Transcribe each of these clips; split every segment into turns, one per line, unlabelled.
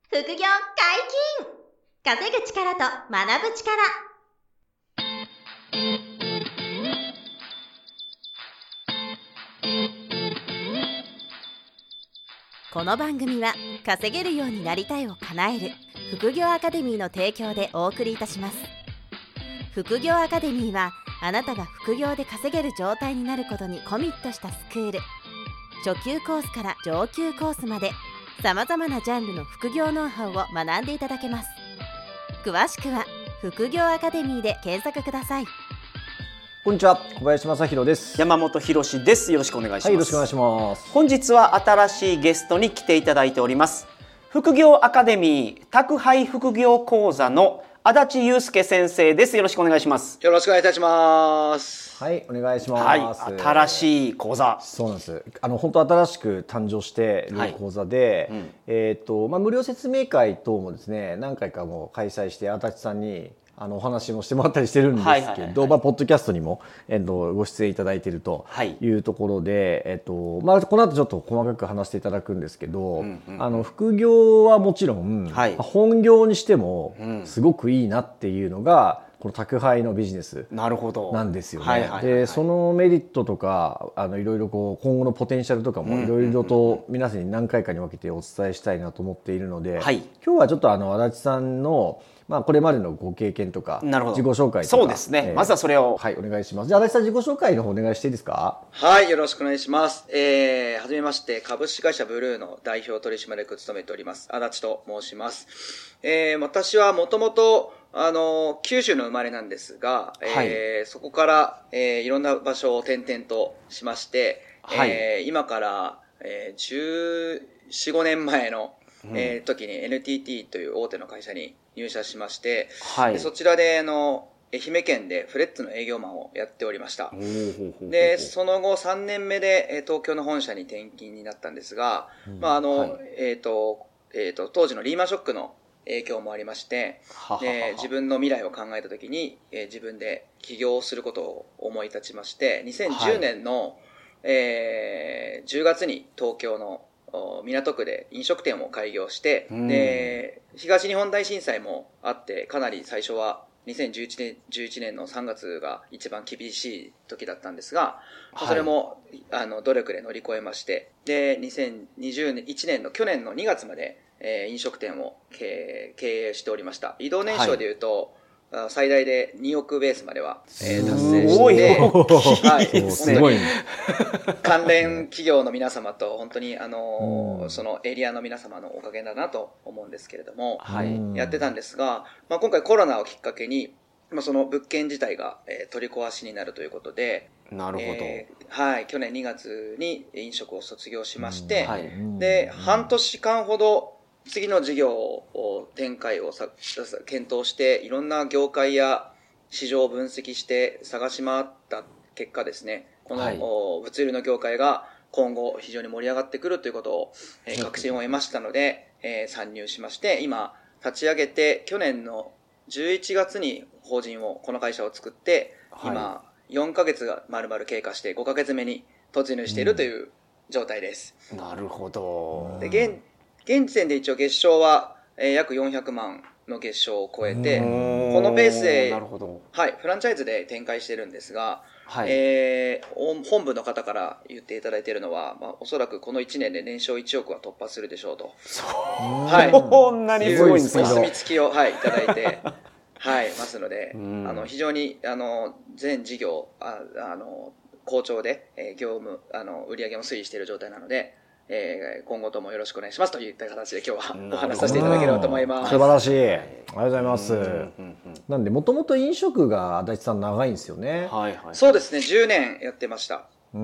副業解禁、稼ぐ力と学ぶ力。この番組は稼げるようになりたいを叶える副業アカデミーの提供でお送りいたします。副業アカデミーはあなたが副業で稼げる状態になることにコミットしたスクール。初級コースから上級コースまでさまざまなジャンルの副業ノウハウを学んでいただけます。詳しくは副業アカデミーで検索ください。
こんにちは、小林正弘です。
山本博です。よろしくお願いします。
はい、よろしくお願いします。
本日は新しいゲストに来ていただいております。副業アカデミー宅配副業講座の足立祐介先生です。よろしくお願いします。
よろしくお願いいたします。
はい、お願いします。
はい、新しい講座。
そうなんです。本当新しく誕生している講座で、無料説明会等もですね、何回かも開催して足立さんにお話もしてもらったりしてるんですけど、ポッドキャストにも、ご出演いただいているというところで、この後ちょっと細かく話していただくんですけど、副業はもちろん、本業にしてもすごくいいなっていうのが、この宅配のビジネスなんですよね。で、そのメリットとかいろいろ今後のポテンシャルとかもいろいろと皆さんに何回かに分けてお伝えしたいなと思っているので、今日はちょっと足立さんのこれまでのご経験とか自己紹介とか、
そうですね、まずはそれを
お願いします。じゃあ足立さん、自己紹介の方お願いしていいですか？
はい、よろしくお願いします。はじめまして、株式会社ブルーの代表取締役を務めております足立と申します。私はもともと九州の生まれなんですが、そこからいろんな場所を転々としまして、今から14、15年前の時に NTT という大手の会社に入社しまして、でそちらで愛媛県でフレッツの営業マンをやっておりました。で、その後3年目で東京の本社に転勤になったんですが、当時のリーマンショックの影響もありまして、自分の未来を考えたときに、自分で起業をすることを思い立ちまして、2010年の、10月に東京の港区で飲食店を開業して、で東日本大震災もあってかなり最初は2011年の3月が一番厳しい時だったんですが、それも努力で乗り越えまして、で2021年の去年の2月まで飲食店を経営しておりました。移動年商でいうと、最大で2億ベースまでは、達成して、
すごい、
関連企業の皆様と本当にそのエリアの皆様のおかげだなと思うんですけれども、やってたんですが、今回コロナをきっかけに、その物件自体が、取り壊しになるということで、
なるほど。
去年2月に飲食を卒業しまして、で半年間ほど次の事業を展開を検討して、いろんな業界や市場を分析して探し回った結果ですね、この物流の業界が今後非常に盛り上がってくるということを確信を得ましたので、参入しまして、今立ち上げて去年の11月に法人を、この会社を作って、今4ヶ月が丸々経過して5ヶ月目に突入しているという状態です。
なるほど。
で現時点で一応月商は約400万の月商を超えて、このペースで、フランチャイズで展開してるんですが、本部の方から言っていただいているのは、おそらくこの1年で年商1億は突破するでしょうと。
そんなにすごいんですか？
お墨付きを、いただいてますので、非常に全事業好調で業務売上も推移している状態なので、今後ともよろしくお願いしますといった形で今日はお話しさせていただければと思います。
素晴らしい、ありがとうございます。なんでもともと飲食が足立さん長いんですよね。
そうですね、10年やってました。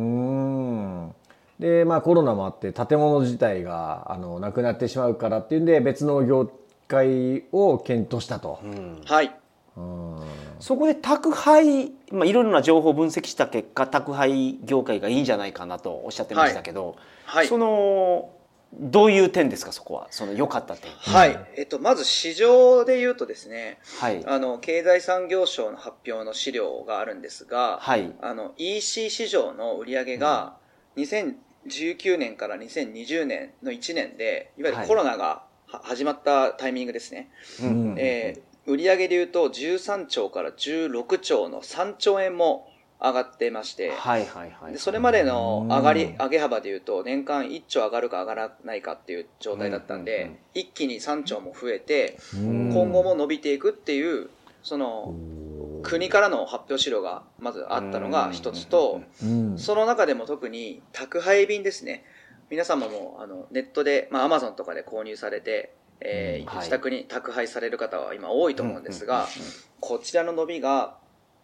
でコロナもあって建物自体がなくなってしまうからっていうんで別の業界を検討したと。
そこで宅配、いろいろな情報を分析した結果、宅配業界がいいんじゃないかなとおっしゃってましたけど、どういう点ですか、そこは。良かった点。
まず市場で言うとですね、経済産業省の発表の資料があるんですが、EC 市場の売上が2019年から2020年の1年で、いわゆるコロナが始まったタイミングですね。売上でいうと13兆から16兆の3兆円も上がってまして、でそれまでの上げ幅でいうと年間1兆上がるか上がらないかっていう状態だったんで、一気に3兆も増えて、今後も伸びていくっていう、その国からの発表資料がまずあったのが一つと、その中でも特に宅配便ですね。皆様もネットで、Amazon とかで購入されて、自宅に宅配される方は今多いと思うんですが、こちらの伸びが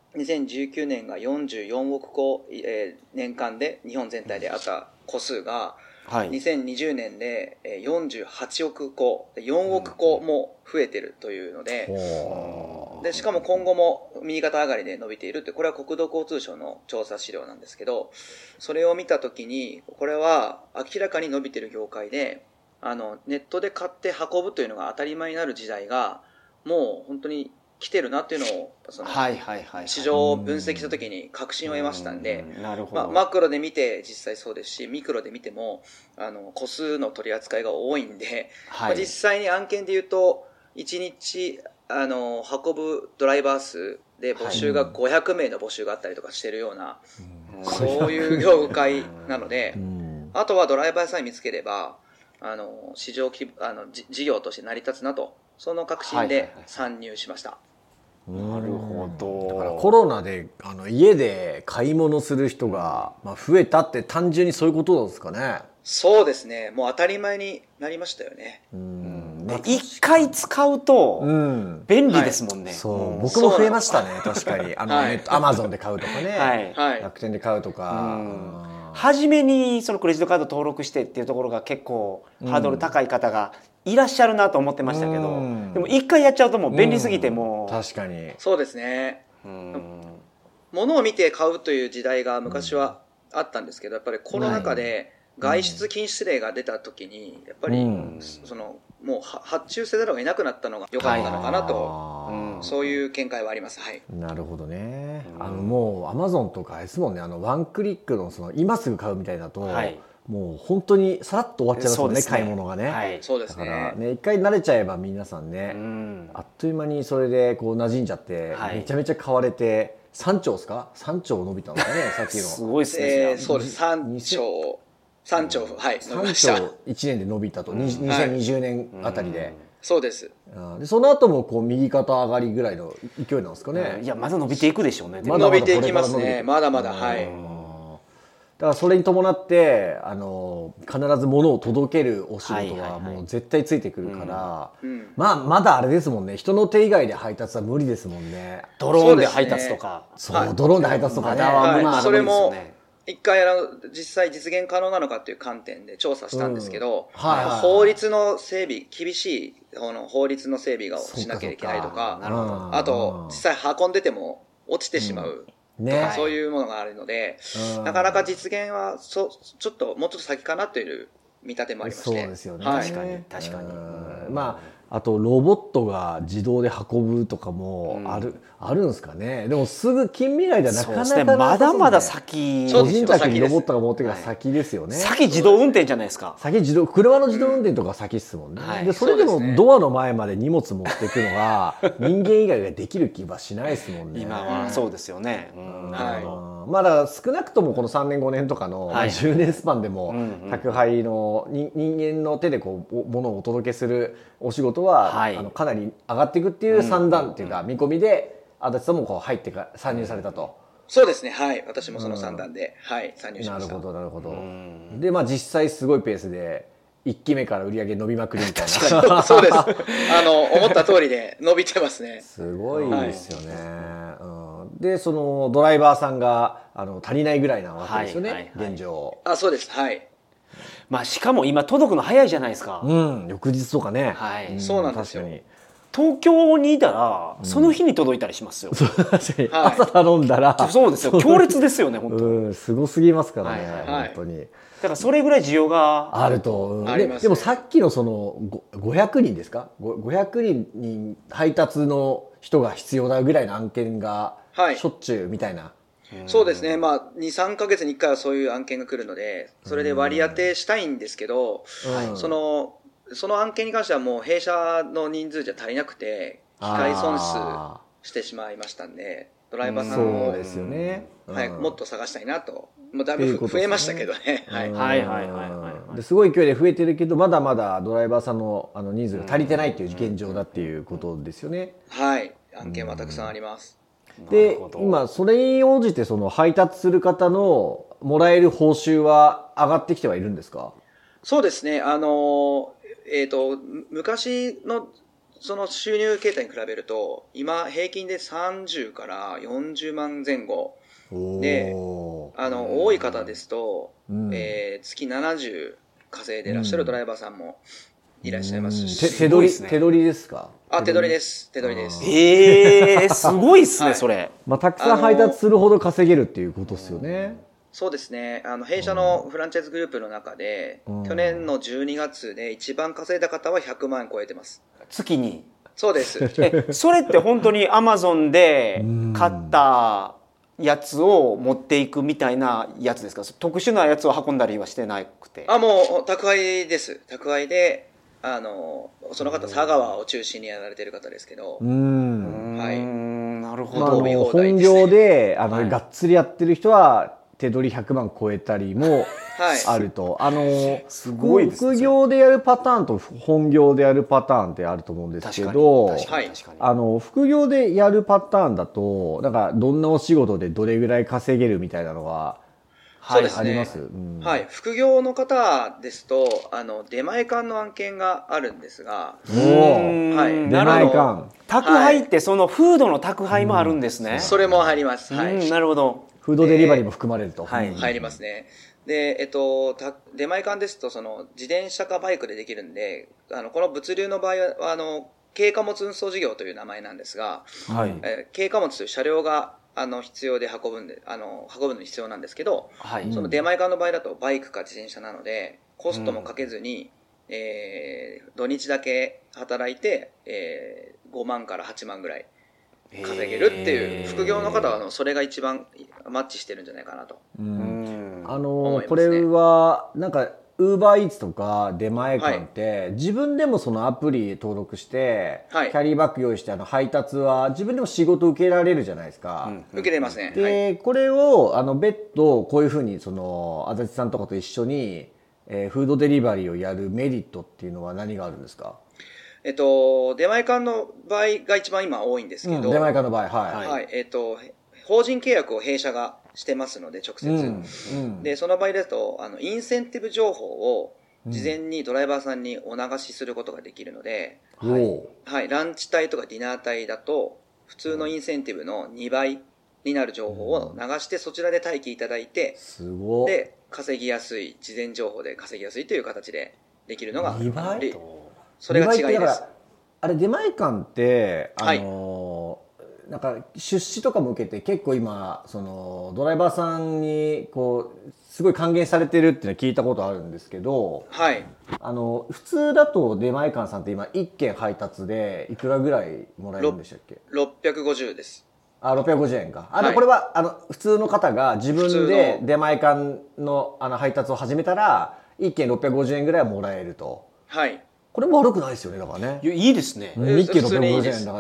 2019年が44億個、年間で日本全体であった個数が、2020年で48億個、4億個も増えてるというので、でしかも今後も右肩上がりで伸びているって、これは国土交通省の調査資料なんですけど、それを見たときに、これは明らかに伸びている業界で、ネットで買って運ぶというのが当たり前になる時代が、もう本当に来てるなっていうのを、市場を分析したときに確信を得ましたんで、マクロで見て実際そうですし、ミクロで見ても、個数の取り扱いが多いんで、実際に案件で言うと、1日、運ぶドライバー数で募集が500名の募集があったりとかしてるような、そういう業界なので、あとはドライバーさえ見つければ、市場事業として成り立つなと、その確信で参入しました。
なるほど。
だからコロナで家で買い物する人が、増えたって単純にそういうことなんですかね。
そうですね。もう当たり前になりましたよね。
一回使うと便利ですもんね。
そう僕も増えましたね。確かにAmazon で買うとかね、楽天で買うとか。
初めにそのクレジットカード登録してっていうところが結構ハードル高い方がいらっしゃるなと思ってましたけど、でも一回やっちゃうともう便利すぎてもう、
確かに
そうですね。物を見て買うという時代が昔はあったんですけど、やっぱりコロナ禍で外出禁止令が出た時にやっぱりもう発注せざるを得なくなったのが良かったのかなと、そういう見解はあります。
なるほどね。もう Amazon とかですもんね。ワンクリックの今すぐ買うみたいだと、もう本当にさらっと終わっちゃいますもんね、買い物がね。
そうですね。
だからね、一回慣れちゃえば皆さんね、あっという間にそれでこう馴染んじゃって、めちゃめちゃ買われて3兆ですか？3兆伸びたのかね、さっきの。
すごいですね。
そうです。3兆、伸びました。
3兆1年で伸びたと、2020年あたりで。
そうです。
でその後もこう右肩上がりぐらいの勢いなんですかね。
いや、まだ伸びていくでしょうね。
伸びていきますね。まだまだ。
だからそれに伴って必ず物を届けるお仕事はもう絶対ついてくるから、まだあれですもんね。人の手以外で配達は無理ですもんね。
ドローンで配達とか。
ドローンで配達とかね。
それも一回実際実現可能なのかっていう観点で調査したんですけど、法律の整備、厳しい法律の整備をしなきゃいけないとか、あと実際運んでても落ちてしまうとか、そういうものがあるので、なかなか実現はちょっともうちょっと先かなという見立てもありまして。
そうですよね。確かに。あとロボットが自動で運ぶとかもあるんですかね。でもすぐ近未来ではなかなか
まだまだ先。
個人宅にロボットが持ってくる先ですよね。
先自動運転じゃないですか。
車の自動運転とか先っすもんね。でそれでもドアの前まで荷物持っていくのが人間以外ができる気はしないですもんね。
今はそうですよね。
まだ少なくともこの3年5年とかの10年スパンでも宅配の人間の手でこう物をお届けするお仕事はかなり上がっていくっていう算段っていうか見込みで足立さんもこう入って参入されたと。
そうですね。私もその算段で参入しました。
なるほど。で実際すごいペースで1期目から売り上げ伸びまくりみたい
な。そうです。思った通りで伸びてますね。
すごいですよね。でそのドライバーさんが足りないぐらいなわけですよね、現状。
そうです。
しかも今届くの早いじゃないですか。
翌日とかね。
そうなんですよ。
東京にいたらその日に届いたりしますよ。
朝頼んだら。
そうですよ。強烈ですよね、本当。
すごすぎますからね、本当に。
だからそれぐらい需要が
あると。でもさっきのその500人ですか？500人に配達の人が必要だぐらいの案件がしょっちゅうみたいな。
そうですね。2、3ヶ月に1回はそういう案件が来るので、それで割り当てしたいんですけど、 その案件に関してはもう弊社の人数じゃ足りなくて機械損失してしまいましたんで、ドライバーさんをもっと探したいなと。もうだいぶ増えましたけどね。
すごい勢いで増えてるけど、まだまだドライバーさんの人数が足りてないっていう現状だっていうことですよね。
はい、案件はたくさんあります。
で、今それに応じてその配達する方のもらえる報酬は上がってきてはいるんですか？
そうですね。昔のその収入形態に比べると、今平均で30から40万前後で、多い方ですと、月70稼いでいらっしゃるドライバーさんもいらっしゃいますし。
手取りですか？
手取りです。手取りです。
すごいっすね、それ。
たくさん配達するほど稼げるっていうことですよね。
そうですね。弊社のフランチャイズグループの中で、去年の12月で一番稼いだ方は100万円超えてます。
月に？
そうです。
それって本当にアマゾンで買ったやつを持っていくみたいなやつですか？特殊なやつを運んだりはしてなくて。
もう宅配です。宅配で、その方佐川を中心にやられてる方ですけど。
はい。なるほど。
本業でがっつりやってる人は手取り100万超えたりもあると。
すごいですね。
副業でやるパターンと本業でやるパターンってあると思うんですけど、副業でやるパターンだと、なんかどんなお仕事でどれぐらい稼げるみたいなのはあります？
はい。副業の方ですと、出前館の案件があるんですが、
はい。出前館。
宅配ってそのフードの宅配もあるんですね。
それも入ります。はい。
なるほど。
フードデリバリーも含まれると。
入りますね。で、出前館ですと、自転車かバイクでできるんで、この物流の場合は、軽貨物運送事業という名前なんですが、軽貨物という車両が、必要で運ぶのに必要なんですけど、その出前館の場合だとバイクか自転車なので、コストもかけずに、土日だけ働いて、5万から8万ぐらい稼げるっていう、副業の方はそれが一番マッチしてるんじゃないかなと思いますね。
これはなんかウーバーイーツとか出前館って、自分でもそのアプリ登録して、キャリーバッグ用意して配達は自分でも仕事受けられるじゃないですか。
受けれますね。
で、これを別途こういうふうに足立さんとかと一緒に、フードデリバリーをやるメリットっていうのは何があるんですか？
出前館の場合が一番今多いんですけど、
出前館の場合、
法人契約を弊社がしてますので直接、でその場合だとインセンティブ情報を事前にドライバーさんにお流しすることができるので、ランチ帯とかディナー帯だと普通のインセンティブの2倍になる情報を流して、そちらで待機いただいて、で稼ぎやすい、事前情報で稼ぎやすいという形でできるのが
2倍？
それが違いです。
あれ出前館ってなんか出資とかも受けて結構今ドライバーさんにすごい還元されてるっていうのは聞いたことあるんですけど、普通だと出前館さんって今1件配達でいくらぐらいもらえるんでしたっけ
？650です。
650円か。これは普通の方が自分で出前館の配達を始めたら1件650円ぐらいはもらえると。これも悪くないですよね、だからね。
いいですね。
1件650円だから。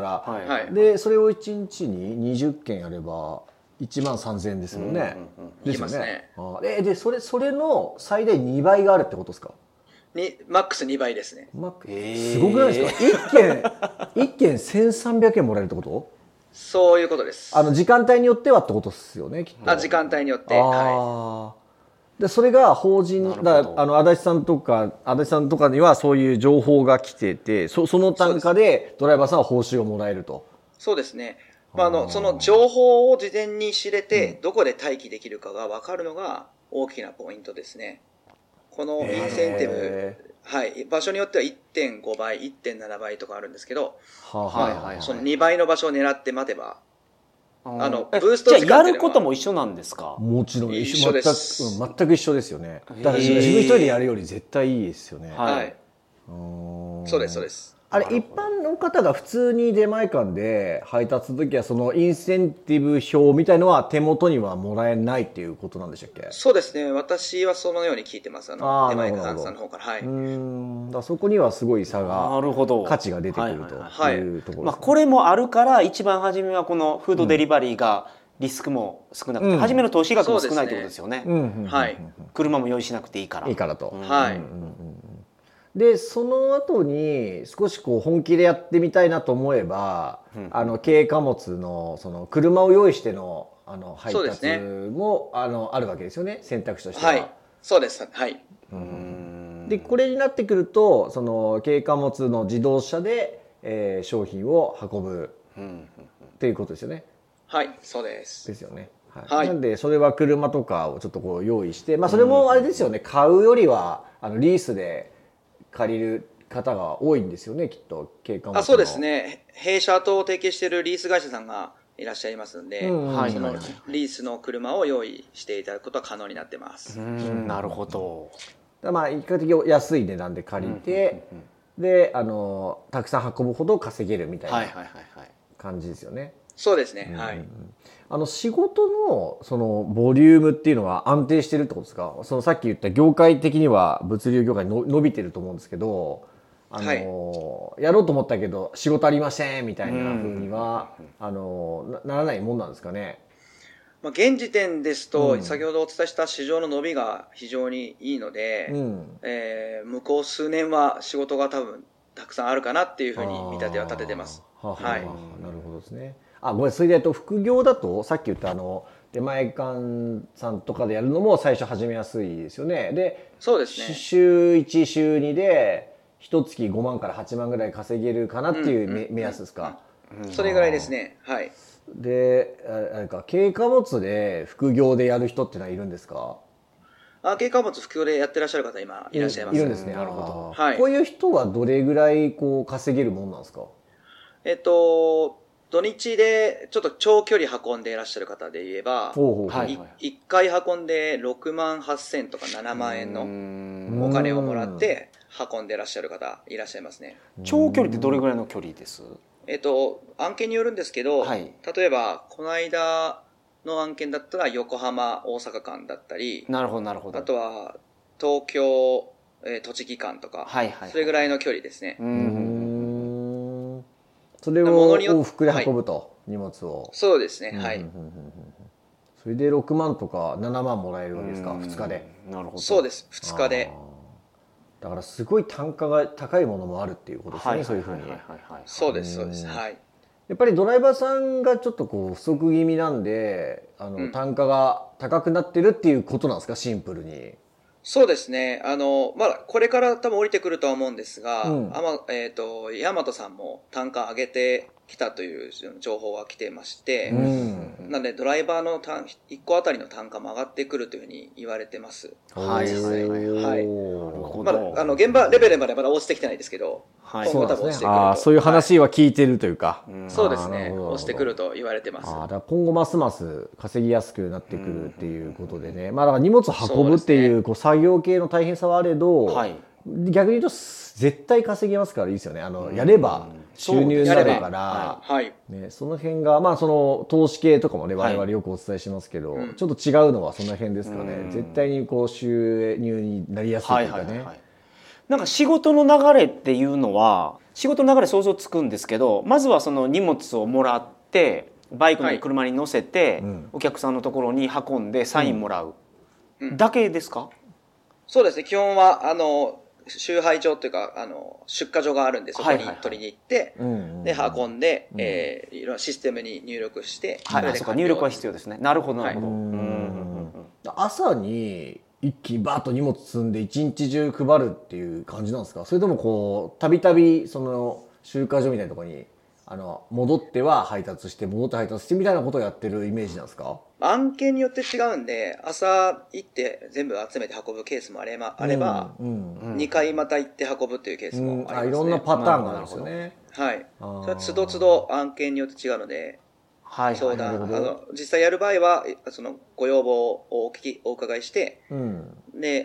で、それを1日に20件やれば1万3000円ですもんね。
ですよね。
で、それの最大2倍があるってことですか？
マックス2倍ですね。
すごくないですか？1件1300円もらえるってこと？
そういうことです。
時間帯によってはってことですよね、きっと。
時間帯によって。
でそれが法人だ、足立さんとかにはそういう情報が来てて、その単価でドライバーさんは報酬をもらえると。
そうですね。その情報を事前に知れて、どこで待機できるかが分かるのが大きなポイントですね。このインセンティブ、場所によっては 1.5 倍、1.7 倍とかあるんですけけど、その2倍の場所を狙って待てば、
ブースト時間やることも一緒なんですか？
もちろん一緒です。全く一緒ですよね。だから自分一人でやるより絶対いいですよね。
そうです。
あれ一般の方が普通に出前館で配達の時はそのインセンティブ表みたいのは手元にはもらえないっていうことなんでしたっけ？
そうですね。私はそのように聞いてます。出前館さんの方から。はい。
だそこにはすごい差が、
なるほど、
価値が出てくるというところですね。
これもあるから一番初めはこのフードデリバリーがリスクも少なくて、初めの投資額も少ないということですよね。
はい。
車も用意しなくていいから。
いいからと。
はい。
でその後に少しこう本気でやってみたいなと思えば、軽貨物のその車を用意しての配達も、あるわけですよね、選択肢としては。
はい、そうです。はい。
でこれになってくるとその軽貨物の自動車で、商品を運ぶっていうことですよね。
はい、そうです。
ですよね。はい。なんでそれは車とかをちょっとこう用意して、それもあれですよね、買うよりはリースで借りる方が多いんですよね、きっと軽貨物の。
そうですね。弊社と提携しているリース会社さんがいらっしゃいますので、そのリースの車を用意していただくことは可能になってます。
なるほど。
比較的安い値段で借りて、でたくさん運ぶほど稼げるみたいな感じですよね。
そうですね。はい。
仕事のそのボリュームっていうのは安定してるってことですか？そのさっき言った業界的には物流業界伸びてると思うんですけど、やろうと思ったけど仕事ありませんみたいな風にはならないもんなんですかね？
現時点ですと、先ほどお伝えした市場の伸びが非常にいいので、向こう数年は仕事が多分たくさんあるかなっていうふうに見立ては立ててます。
はい。なるほどですね。ごめん、それで副業だとさっき言った出前館さんとかでやるのも最初始めやすいですよね。で、
そうですね。
週1週2で1月5万から8万ぐらい稼げるかなっていう目安ですか？
それぐらいですね。はい。
で、軽貨物で副業でやる人ってのはいるんですか？
軽貨物副業でやってらっしゃる方今いらっしゃいます。
いるんですね。
なるほど。
はい。
こういう人はどれぐらい稼げるもんなんですか？
土日でちょっと長距離運んでいらっしゃる方で言えば、1回運んで6万8000とか7万円のお金をもらって運んでいらっしゃる方いらっしゃいますね。
長距離ってどれぐらいの距離です？
案件によるんですけど、例えばこの間の案件だったら横浜大阪間だったり、
なるほどなるほど。
あとは東京、栃木間とか、それぐらいの距離ですね。
それを往復で運ぶと、荷物を。
そうですね。はい。
それで6万とか7万もらえるわけですか、2日で。
なるほど。
そうです、2日で。
だからすごい単価が高いものもあるっていうことですね、そういうふうに。
そうです、そうです。はい。
やっぱりドライバーさんがちょっと不足気味なんで、単価が高くなってるっていうことなんですか、シンプルに。
そうですね。まだこれから多分降りてくるとは思うんですが、ヤマトさんも単価上げてきたという情報が来てまして、なのでドライバーの1個あたりの単価も上がってくるというふうに言われてます。
はい。
はい。まだ現場レベルまでまだ落ちてきてないですけど、今後多分落ちてくると。
そういう話は聞いてるというか。
そうですね。落ちてくると言われてます。
だから今後ますます稼ぎやすくなってくるっていうことでね。だから荷物運ぶっていう作業系の大変さはあれど、逆に言うと絶対稼げますからいいですよね。やれば収入になるから、その辺がその投資系とかもね我々よくお伝えしますけど、ちょっと違うのはその辺ですかね。絶対に収入になりやすいというかね。
なんか仕事の流れっていうのは仕事の流れ想像つくんですけど、まずはその荷物をもらってバイクの車に乗せて、お客さんのところに運んでサインもらうだけですか？
そうですね。基本は集配所というか出荷所があるんで、そこに取りに行って、で運んで、いろんなシステムに入力して、
そうか、入力は必要ですね。なるほどなるほ
ど。朝に一気にバーッと荷物積んで一日中配るっていう感じなんですか？それともたびたびその集荷所みたいなところに戻っては配達して戻って配達してみたいなことをやってるイメージなんですか？
案件によって違うんで、朝行って全部集めて運ぶケースもあれば、2回また行って運ぶっていうケースもありますね。
いろんなパターンがあるんですよね。
はい。それは都度都度案件によって違うので、相談実際やる場合はそのご要望をお伺いして、で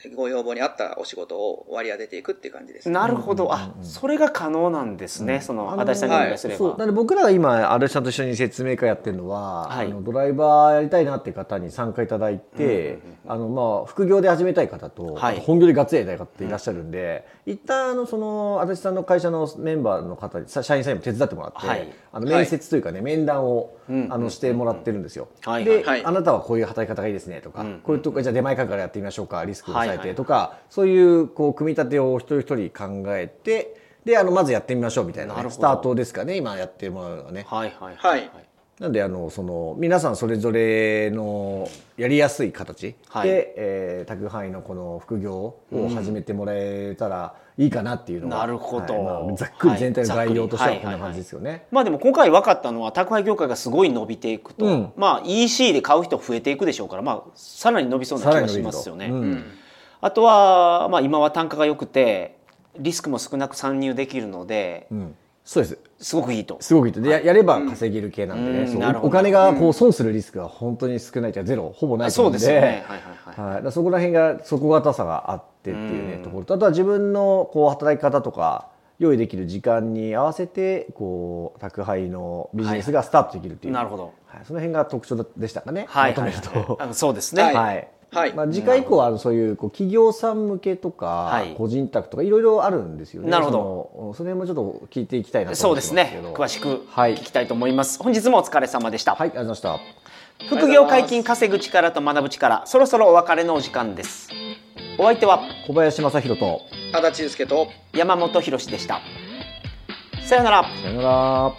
ご要望に合ったお仕事を割り当てていくっていう感じです。
なるほど。それが可能なんですね。その足立さんにお願いすれば。
そう。なので僕らが今足立さんと一緒に説明会やってるのは、ドライバーやりたいなっていう方に参加いただいて、副業で始めたい方と、本業でガッツリやりたい方っていらっしゃるんで、一旦その足立さんの会社のメンバーの方に社員さんにも手伝ってもらって、面接というかね、面談をしてもらってるんですよ。で、あなたはこういう働き方がいいですねとか、こういうとこじゃあ出前館からやってみましょうか、リスクを抑えてとか、そういう組み立てを一人一人考えて、でまずやってみましょうみたいなスタートですかね、今やってもらうのがね。なんでその皆さんそれぞれのやりやすい形で、宅配のこの副業を始めてもらえたらいいかなっていうのが、
なるほど、
ざっくり全体の概要としてはこんな感じですよね。
でも今回分かったのは、宅配業界がすごい伸びていくと、EC で買う人増えていくでしょうから、さらに伸びそうな気がしますよね。あとは、今は単価が良くてリスクも少なく参入できるので、
そうです。
すごくいいと。
すごくいいと。で、やれば稼げる系なんでね。お金が損するリスクが本当に少ないというかゼロ、ほぼないと思うんで。そうですね。そこら辺が底堅さがあってっていうねところと、あとは自分の働き方とか用意できる時間に合わせて宅配のビジネスがスタートできるっていう。
なるほど。
その辺が特徴でしたかね。まとめると。
そうですね。
はい。次回以降はそういう企業さん向けとか個人宅とかいろいろあるんですよね。
なるほど。
その辺もちょっと聞いていきたいなと
思ってますけど。そうですね。詳しく聞きたいと思います。本日もお疲れ様でした。
はい、ありがとうございま
した。副業解禁、稼ぐ力と学ぶ力、そろそろお別れのお時間です。お相手は
小林正弘と
足立祐介と
山本博史でした。さよなら。
さよなら。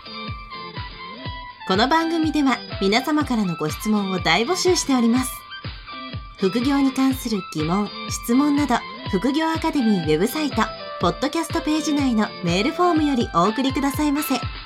この番組では皆様からのご質問を大募集しております。副業に関する疑問・質問など、副業アカデミーウェブサイト、ポッドキャストページ内のメールフォームよりお送りくださいませ。